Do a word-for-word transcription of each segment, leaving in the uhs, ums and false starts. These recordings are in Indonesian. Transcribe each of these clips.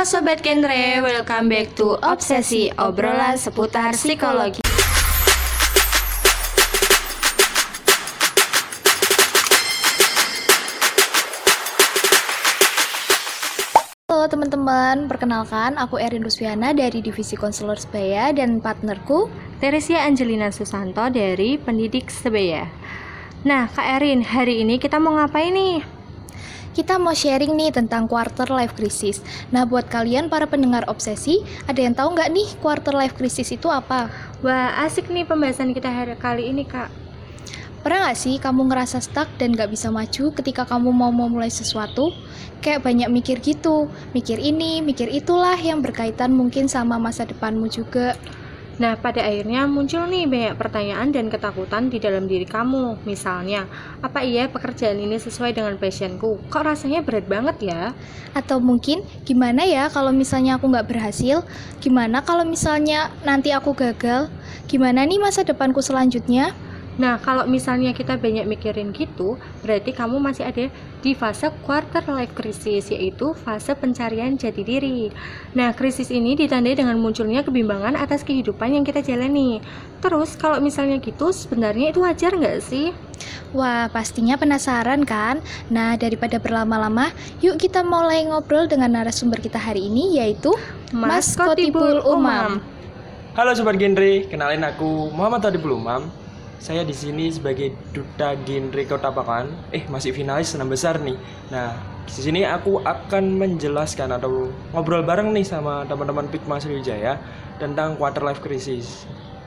Sobat Genre, welcome back to Obsesi, obrolan seputar psikologi. Halo teman-teman, perkenalkan aku Erin Rusviana dari Divisi Konselor Sebaya dan partnerku Teresia Angelina Susanto dari Pendidik Sebaya. Nah Kak Erin, hari ini kita mau ngapain nih? Kita mau sharing nih tentang quarter life crisis. Nah buat kalian para pendengar Obsesi, ada yang tahu nggak nih quarter life crisis itu apa? Wah asik nih pembahasan kita hari kali ini Kak. Pernah nggak sih kamu ngerasa stuck dan nggak bisa maju ketika kamu mau memulai sesuatu? Kayak banyak mikir gitu, mikir ini, mikir itulah yang berkaitan mungkin sama masa depanmu juga. Nah, pada akhirnya muncul nih banyak pertanyaan dan ketakutan di dalam diri kamu. Misalnya, apa iya pekerjaan ini sesuai dengan passionku? Kok rasanya berat banget ya? Atau mungkin, gimana ya kalau misalnya aku nggak berhasil? Gimana kalau misalnya nanti aku gagal? Gimana nih masa depanku selanjutnya? Nah, kalau misalnya kita banyak mikirin gitu, berarti kamu masih ada di fase quarter life crisis, yaitu fase pencarian jati diri. Nah, krisis ini ditandai dengan munculnya kebimbangan atas kehidupan yang kita jalani. Terus, kalau misalnya gitu, sebenarnya itu wajar nggak sih? Wah, pastinya penasaran kan? Nah, daripada berlama-lama, yuk kita mulai ngobrol dengan narasumber kita hari ini, yaitu Mas Kotibul Umam. Halo Sobat Genre, kenalin aku Muhammad Kotibul Umam. Saya di sini sebagai Duta Genre Kota Pakuan. Eh, masih finalis enam besar nih. Nah, di sini aku akan menjelaskan atau ngobrol bareng nih sama teman-teman Pikma Sriwijaya tentang quarter life crisis.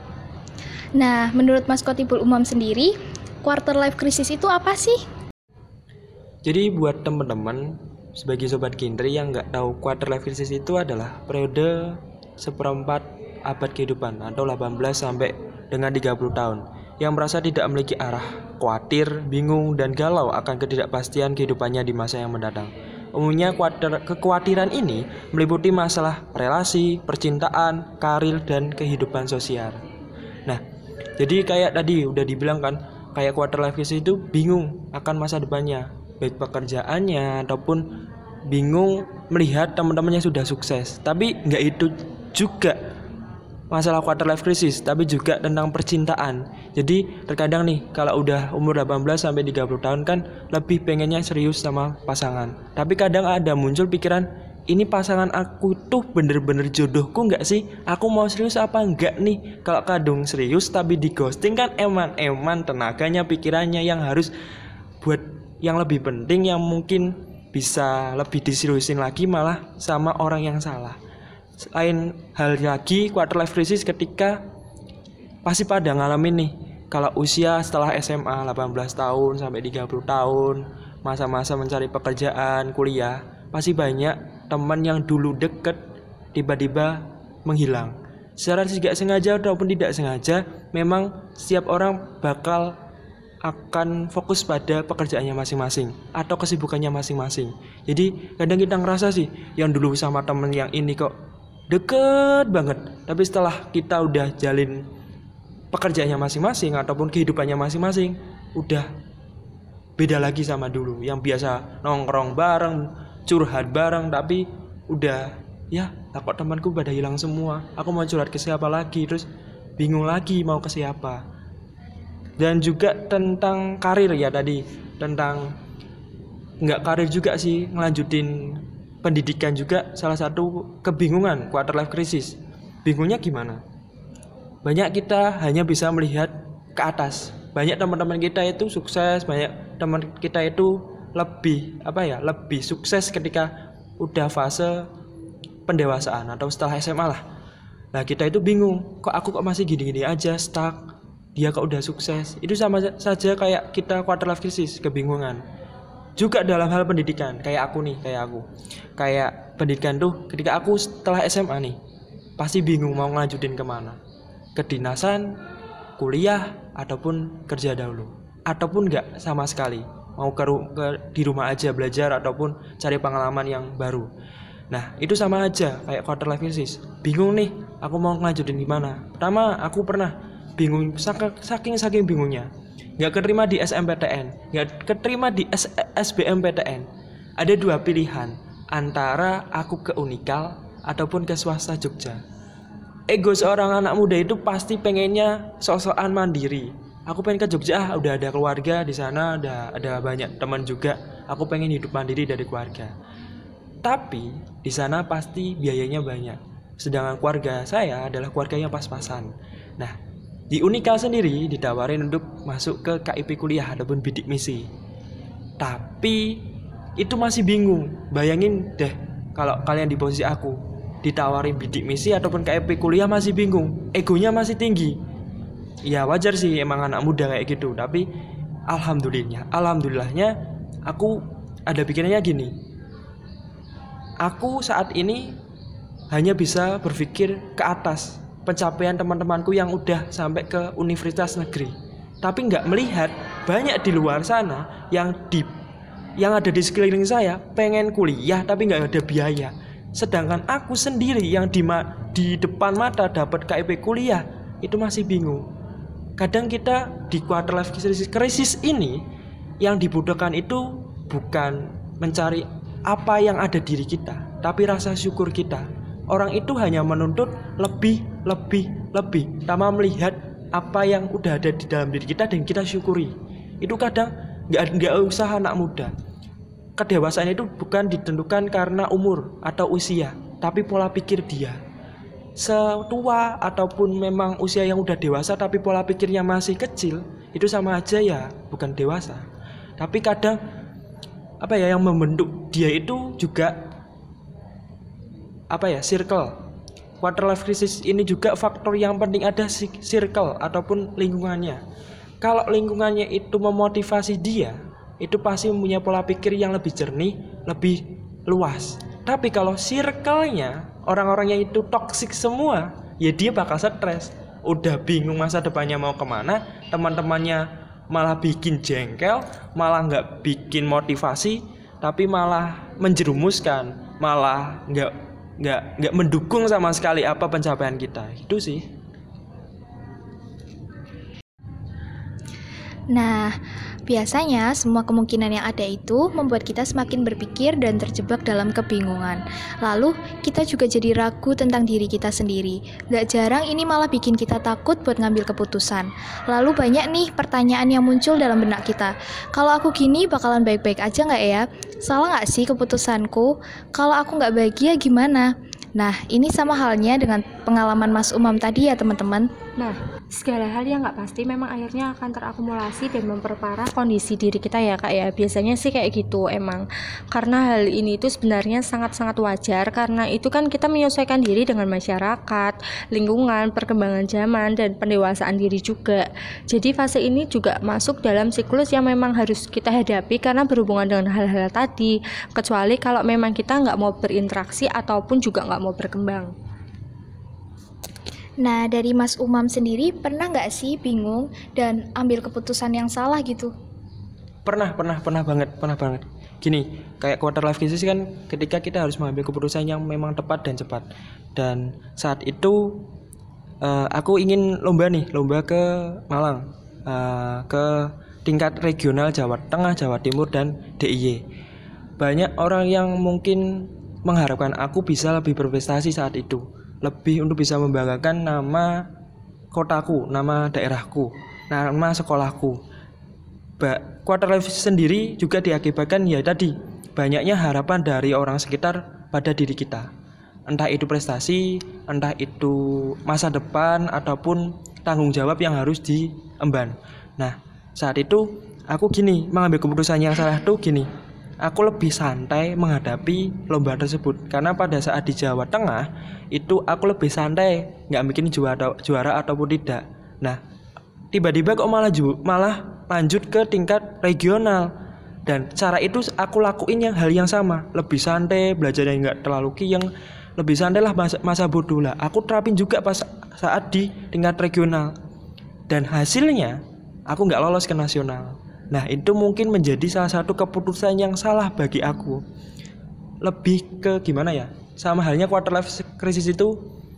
Nah, menurut Mas Kotibul Umam sendiri, quarter life crisis itu apa sih? Jadi buat teman-teman sebagai Sobat Genre yang nggak tahu, quarter life crisis itu adalah periode seperempat abad kehidupan atau delapan belas sampai dengan tiga puluh tahun, yang merasa tidak memiliki arah, khawatir, bingung, dan galau akan ketidakpastian kehidupannya di masa yang mendatang. Umumnya kekhawatiran ini meliputi masalah relasi, percintaan, karir, dan kehidupan sosial. Nah, jadi kayak tadi udah dibilang kan, kayak quarter life crisis itu bingung akan masa depannya, baik pekerjaannya ataupun bingung melihat teman-temannya sudah sukses. Tapi nggak itu juga masalah quarter life crisis, tapi juga tentang percintaan. Jadi terkadang nih kalau udah umur delapan belas sampai tiga puluh tahun kan lebih pengennya serius sama pasangan. Tapi kadang ada muncul pikiran, ini pasangan aku tuh bener-bener jodohku nggak sih? Aku mau serius apa enggak nih? Kalau kadung serius tapi di ghosting kan eman-eman tenaganya, pikirannya yang harus buat yang lebih penting, yang mungkin bisa lebih diseriusin lagi malah sama orang yang salah. Lain hal lagi quarter life crisis ketika pasti pada ngalamin nih kalau usia setelah S M A delapan belas tahun sampai tiga puluh tahun, masa-masa mencari pekerjaan, kuliah, pasti banyak teman yang dulu deket tiba-tiba menghilang. Secara tidak sengaja ataupun tidak sengaja, memang setiap orang bakal akan fokus pada pekerjaannya masing-masing atau kesibukannya masing-masing. Jadi kadang kita ngerasa sih yang dulu sama temen yang ini kok deket banget, tapi setelah kita udah jalin pekerjaannya masing-masing ataupun kehidupannya masing-masing, udah beda lagi sama dulu yang biasa nongkrong bareng, curhat bareng, tapi udah ya kok temanku pada hilang semua, aku mau curhat ke siapa lagi, terus bingung lagi mau ke siapa. Dan juga tentang karir ya tadi, tentang nggak karir juga sih, ngelanjutin pendidikan juga salah satu kebingungan quarter life crisis. Bingungnya gimana? Banyak kita hanya bisa melihat ke atas. Banyak teman-teman kita itu sukses, banyak teman kita itu lebih apa ya, lebih sukses ketika udah fase pendewasaan atau setelah S M A lah. Nah kita itu bingung, kok aku kok masih gini-gini aja, stuck. Dia kok udah sukses. Itu sama saja kayak kita quarter life crisis, kebingungan. Juga dalam hal pendidikan, kayak aku nih, kayak aku kayak pendidikan tuh ketika aku setelah S M A nih pasti bingung mau ngelanjutin kemana, kedinasan, kuliah, ataupun kerja dahulu, ataupun enggak sama sekali mau ke, ke di rumah aja belajar ataupun cari pengalaman yang baru. Nah itu sama aja kayak quarter life crisis, bingung nih aku mau ngelanjutin gimana. Pertama aku pernah bingung, saking saking bingungnya nggak keterima di S M P T N, nggak keterima di S B M P T N. Ada dua pilihan, antara aku ke Unikal ataupun ke swasta Jogja. Ego seorang anak muda itu pasti pengennya sok-sokan mandiri. Aku pengen ke Jogja, ah, udah ada keluarga di sana, udah ada banyak teman juga. Aku pengen hidup mandiri dari keluarga. Tapi di sana pasti biayanya banyak. Sedangkan keluarga saya adalah keluarga yang pas-pasan. Nah, di Unikal sendiri ditawarin untuk masuk ke K I P kuliah ataupun bidik misi. Tapi itu masih bingung. Bayangin deh kalau kalian di posisi aku, ditawarin bidik misi ataupun K I P kuliah masih bingung. Egonya masih tinggi. Ya wajar sih emang anak muda kayak gitu. Tapi alhamdulillah, alhamdulillahnya aku ada pikirannya gini. Aku saat ini hanya bisa berpikir ke atas pencapaian teman-temanku yang udah sampai ke universitas negeri. Tapi nggak melihat banyak di luar sana yang di yang ada di sekeliling saya pengen kuliah tapi nggak ada biaya. Sedangkan aku sendiri yang di, ma- di depan mata dapat K I P kuliah itu masih bingung. Kadang kita di quarter life crisis, krisis ini yang dibutuhkan itu bukan mencari apa yang ada diri kita, tapi rasa syukur kita. Orang itu hanya menuntut lebih, lebih, lebih tanpa melihat apa yang udah ada di dalam diri kita dan kita syukuri. Itu kadang nggak nggak usah anak muda. Kedewasaan itu bukan ditentukan karena umur atau usia, tapi pola pikir dia. Setua ataupun memang usia yang udah dewasa tapi pola pikirnya masih kecil, itu sama aja ya bukan dewasa. Tapi kadang apa ya yang membentuk dia itu juga apa ya circle. Quarter life crisis ini juga faktor yang penting ada circle ataupun lingkungannya. Kalau lingkungannya itu memotivasi dia, itu pasti mempunyai pola pikir yang lebih jernih, lebih luas. Tapi kalau circle-nya orang-orangnya itu toksik semua, ya dia bakal stres. Udah bingung masa depannya mau kemana, teman-temannya malah bikin jengkel, malah nggak bikin motivasi, tapi malah menjerumuskan, malah nggak nggak nggak mendukung sama sekali apa pencapaian kita. Itu sih. Nah, biasanya semua kemungkinan yang ada itu membuat kita semakin berpikir dan terjebak dalam kebingungan. Lalu, kita juga jadi ragu tentang diri kita sendiri. Gak jarang ini malah bikin kita takut buat ngambil keputusan. Lalu banyak nih pertanyaan yang muncul dalam benak kita. Kalau aku gini bakalan baik-baik aja gak ya? Salah gak sih keputusanku? Kalau aku gak bahagia gimana? Nah, ini sama halnya dengan pengalaman Mas Umam tadi ya teman-teman. Nah, segala hal yang nggak pasti memang akhirnya akan terakumulasi dan memperparah kondisi diri kita ya kak ya. Biasanya sih kayak gitu emang. Karena hal ini itu sebenarnya sangat-sangat wajar. Karena itu kan kita menyesuaikan diri dengan masyarakat, lingkungan, perkembangan zaman, dan pendewasaan diri juga. Jadi fase ini juga masuk dalam siklus yang memang harus kita hadapi karena berhubungan dengan hal-hal tadi. Kecuali kalau memang kita nggak mau berinteraksi ataupun juga nggak mau berkembang. Nah, dari Mas Umam sendiri pernah nggak sih bingung dan ambil keputusan yang salah gitu? Pernah, pernah, pernah banget, pernah banget. Gini, kayak quarter life crisis kan ketika kita harus mengambil keputusan yang memang tepat dan cepat. Dan saat itu uh, aku ingin lomba nih, lomba ke Malang, uh, ke tingkat regional Jawa Tengah, Jawa Timur, dan D I Y. Banyak orang yang mungkin mengharapkan aku bisa lebih berprestasi saat itu, lebih untuk bisa membanggakan nama kotaku, nama daerahku, nama sekolahku. Ba- quarter life sendiri juga diakibatkan ya tadi banyaknya harapan dari orang sekitar pada diri kita. Entah itu prestasi, entah itu masa depan ataupun tanggung jawab yang harus diemban. Nah, saat itu aku gini, mengambil keputusan yang salah tuh gini. Aku lebih santai menghadapi lomba tersebut karena pada saat di Jawa Tengah itu aku lebih santai, nggak bikin juara juara ataupun tidak. Nah, tiba-tiba kok malah ju, malah lanjut ke tingkat regional dan cara itu aku lakuin yang hal yang sama, lebih santai, belajar yang nggak terlalu kiyeng, lebih santai lah masa, masa bodoh lah. Aku terapin juga pas saat di tingkat regional dan hasilnya aku nggak lolos ke nasional. Nah, itu mungkin menjadi salah satu keputusan yang salah bagi aku. Lebih ke gimana ya? Sama halnya quarter life crisis itu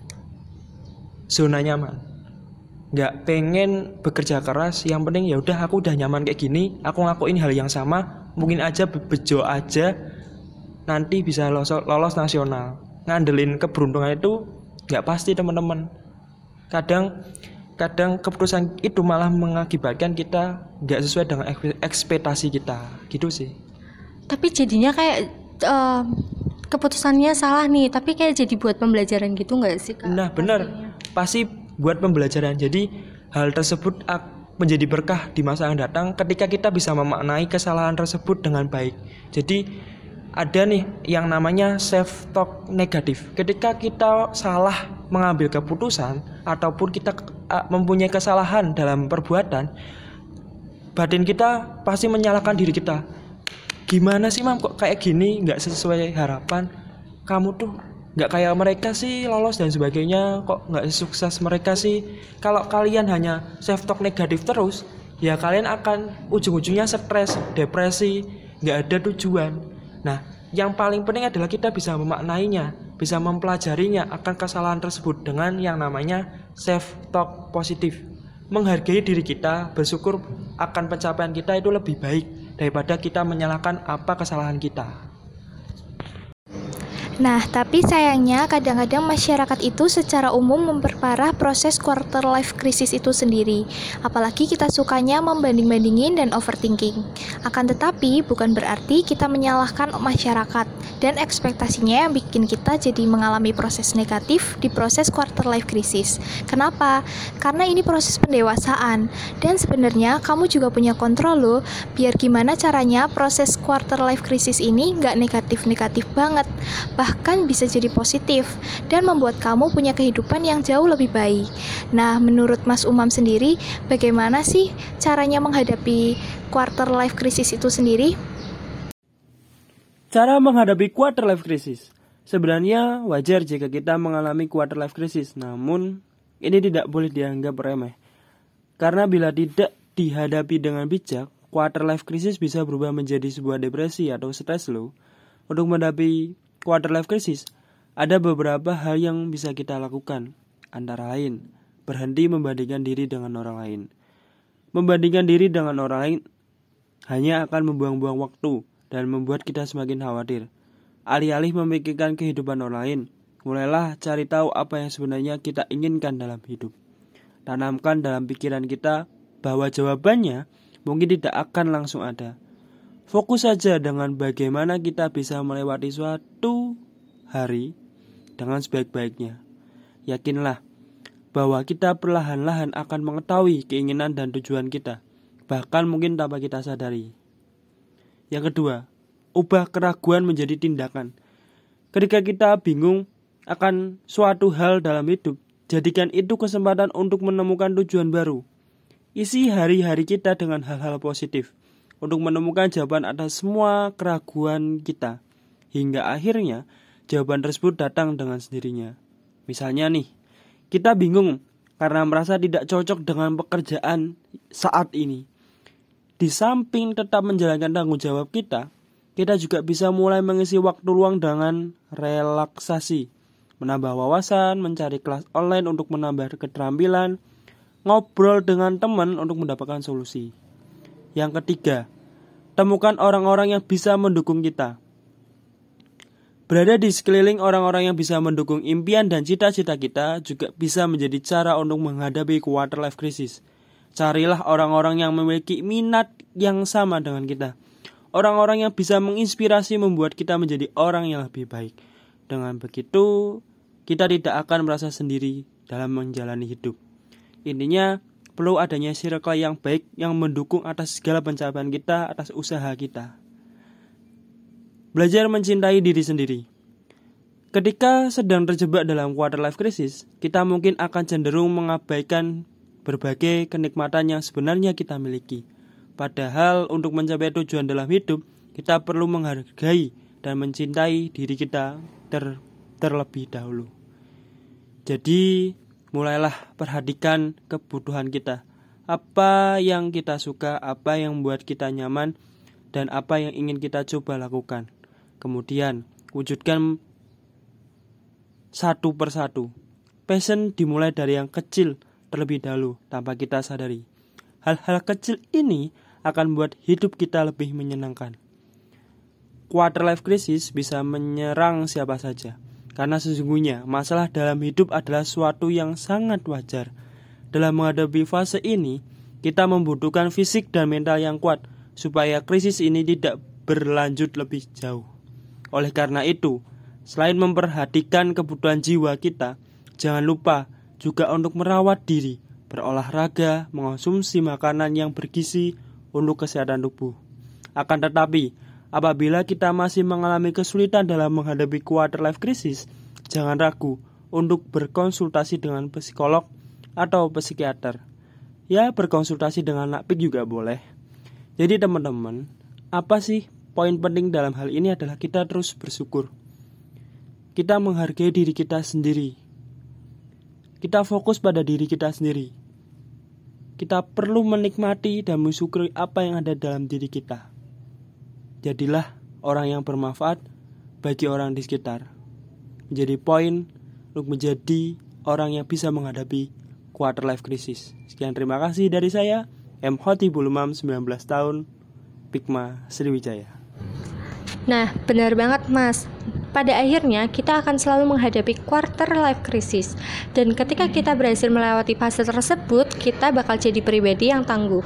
zona nyaman. Nggak pengen bekerja keras, yang penting ya udah aku udah nyaman kayak gini, aku ngakuin hal yang sama, mungkin aja bejo aja nanti bisa lolos, lolos nasional. Ngandelin keberuntungan itu nggak pasti teman-teman. Kadang kadang keputusan itu malah mengakibatkan kita nggak sesuai dengan ekspektasi kita, gitu sih. Tapi jadinya kayak uh, keputusannya salah nih, tapi kayak jadi buat pembelajaran gitu nggak sih Kak? Nah benar, pasti buat pembelajaran. Jadi hal tersebut menjadi berkah di masa yang datang ketika kita bisa memaknai kesalahan tersebut dengan baik. Jadi ada nih yang namanya self talk negatif. Ketika kita salah mengambil keputusan ataupun kita mempunyai kesalahan dalam perbuatan, batin kita pasti menyalahkan diri kita. Gimana sih mam kok kayak gini, nggak sesuai harapan, kamu tuh nggak kayak mereka sih lolos dan sebagainya, kok nggak sukses mereka sih. Kalau kalian hanya self talk negatif terus, ya kalian akan ujung-ujungnya stres, depresi, nggak ada tujuan. Nah yang paling penting adalah kita bisa memaknainya, bisa mempelajarinya akan kesalahan tersebut dengan yang namanya self talk positif. Menghargai diri kita, bersyukur akan pencapaian kita itu lebih baik daripada kita menyalahkan apa kesalahan kita. Nah, tapi sayangnya kadang-kadang masyarakat itu secara umum memperparah proses quarter life crisis itu sendiri. Apalagi kita sukanya membanding-bandingin dan overthinking. Akan tetapi bukan berarti kita menyalahkan masyarakat dan ekspektasinya yang bikin kita jadi mengalami proses negatif di proses quarter life crisis. Kenapa? Karena ini proses pendewasaan dan sebenarnya kamu juga punya kontrol loh biar gimana caranya proses quarter life crisis ini nggak negatif-negatif banget, bahkan bisa jadi positif dan membuat kamu punya kehidupan yang jauh lebih baik. Nah, menurut Mas Umam sendiri, bagaimana sih caranya menghadapi quarter life crisis itu sendiri? Cara menghadapi quarter life crisis. Sebenarnya wajar jika kita mengalami quarter life crisis, namun ini tidak boleh dianggap remeh. Karena bila tidak dihadapi dengan bijak, quarter life crisis bisa berubah menjadi sebuah depresi atau stres loh. Untuk menghadapi quarter life crisis, ada beberapa hal yang bisa kita lakukan. Antara lain, berhenti membandingkan diri dengan orang lain. Membandingkan diri dengan orang lain hanya akan membuang-buang waktu dan membuat kita semakin khawatir. Alih-alih memikirkan kehidupan orang lain, mulailah cari tahu apa yang sebenarnya kita inginkan dalam hidup. Tanamkan dalam pikiran kita bahwa jawabannya mungkin tidak akan langsung ada. Fokus saja dengan bagaimana kita bisa melewati suatu hari dengan sebaik-baiknya. Yakinlah bahwa kita perlahan-lahan akan mengetahui keinginan dan tujuan kita, bahkan mungkin tanpa kita sadari. Yang kedua, ubah keraguan menjadi tindakan. Ketika kita bingung akan suatu hal dalam hidup, jadikan itu kesempatan untuk menemukan tujuan baru. Isi hari-hari kita dengan hal-hal positif untuk menemukan jawaban atas semua keraguan kita, hingga akhirnya jawaban tersebut datang dengan sendirinya. Misalnya nih, kita bingung karena merasa tidak cocok dengan pekerjaan saat ini. Di samping tetap menjalankan tanggung jawab kita, kita juga bisa mulai mengisi waktu luang dengan relaksasi, menambah wawasan, mencari kelas online untuk menambah keterampilan, ngobrol dengan teman untuk mendapatkan solusi. Yang ketiga, temukan orang-orang yang bisa mendukung kita. Berada di sekeliling orang-orang yang bisa mendukung impian dan cita-cita kita juga bisa menjadi cara untuk menghadapi quarter life crisis. Carilah orang-orang yang memiliki minat yang sama dengan kita. Orang-orang yang bisa menginspirasi membuat kita menjadi orang yang lebih baik. Dengan begitu, kita tidak akan merasa sendiri dalam menjalani hidup. Intinya, perlu adanya circle yang baik yang mendukung atas segala pencapaian kita, atas usaha kita. Belajar mencintai diri sendiri. Ketika sedang terjebak dalam quarter life crisis, kita mungkin akan cenderung mengabaikan berbagai kenikmatan yang sebenarnya kita miliki. Padahal untuk mencapai tujuan dalam hidup, kita perlu menghargai dan mencintai diri kita ter- terlebih dahulu. Jadi, mulailah perhatikan kebutuhan kita. Apa yang kita suka, apa yang membuat kita nyaman, dan apa yang ingin kita coba lakukan. Kemudian, wujudkan satu persatu. Passion dimulai dari yang kecil terlebih dahulu tanpa kita sadari. Hal-hal kecil ini akan membuat hidup kita lebih menyenangkan. quarter life crisis bisa menyerang siapa saja. Karena sesungguhnya masalah dalam hidup adalah suatu yang sangat wajar. Dalam menghadapi fase ini, kita membutuhkan fisik dan mental yang kuat supaya krisis ini tidak berlanjut lebih jauh. Oleh karena itu, selain memperhatikan kebutuhan jiwa kita, jangan lupa juga untuk merawat diri, berolahraga, mengonsumsi makanan yang bergizi untuk kesehatan tubuh. Akan tetapi, apabila kita masih mengalami kesulitan dalam menghadapi quarter life crisis, jangan ragu untuk berkonsultasi dengan psikolog atau psikiater. Ya, berkonsultasi dengan nakpik juga boleh. Jadi teman-teman, apa sih poin penting dalam hal ini adalah kita terus bersyukur. Kita menghargai diri kita sendiri. Kita fokus pada diri kita sendiri. Kita perlu menikmati dan mensyukuri apa yang ada dalam diri kita. Jadilah orang yang bermanfaat bagi orang di sekitar. Menjadi poin untuk menjadi orang yang bisa menghadapi quarter life crisis. Sekian, terima kasih dari saya, M. Khotibul Umam, sembilan belas tahun, Pikma Sriwijaya. Nah, benar banget Mas. Pada akhirnya kita akan selalu menghadapi quarter life crisis. Dan ketika kita berhasil melewati fase tersebut, kita bakal jadi pribadi yang tangguh.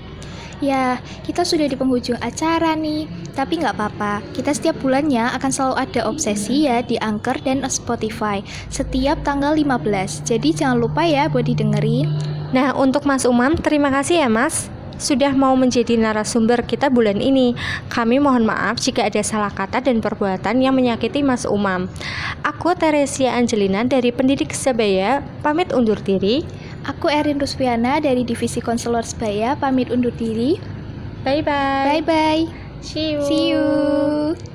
Ya, kita sudah di penghujung acara nih. Tapi nggak apa-apa, kita setiap bulannya akan selalu ada obsesi ya di Anchor dan Spotify setiap tanggal lima belas. Jadi jangan lupa ya buat didengerin. Nah, untuk Mas Umam, terima kasih ya Mas sudah mau menjadi narasumber kita bulan ini. Kami mohon maaf jika ada salah kata dan perbuatan yang menyakiti Mas Umam. Aku Teresia Angelina dari Pendidik Sebaya, pamit undur diri. Aku Erin Rusfiana dari Divisi Konselor Sebaya, pamit undur diri. Bye-bye. Bye-bye. See you. See you.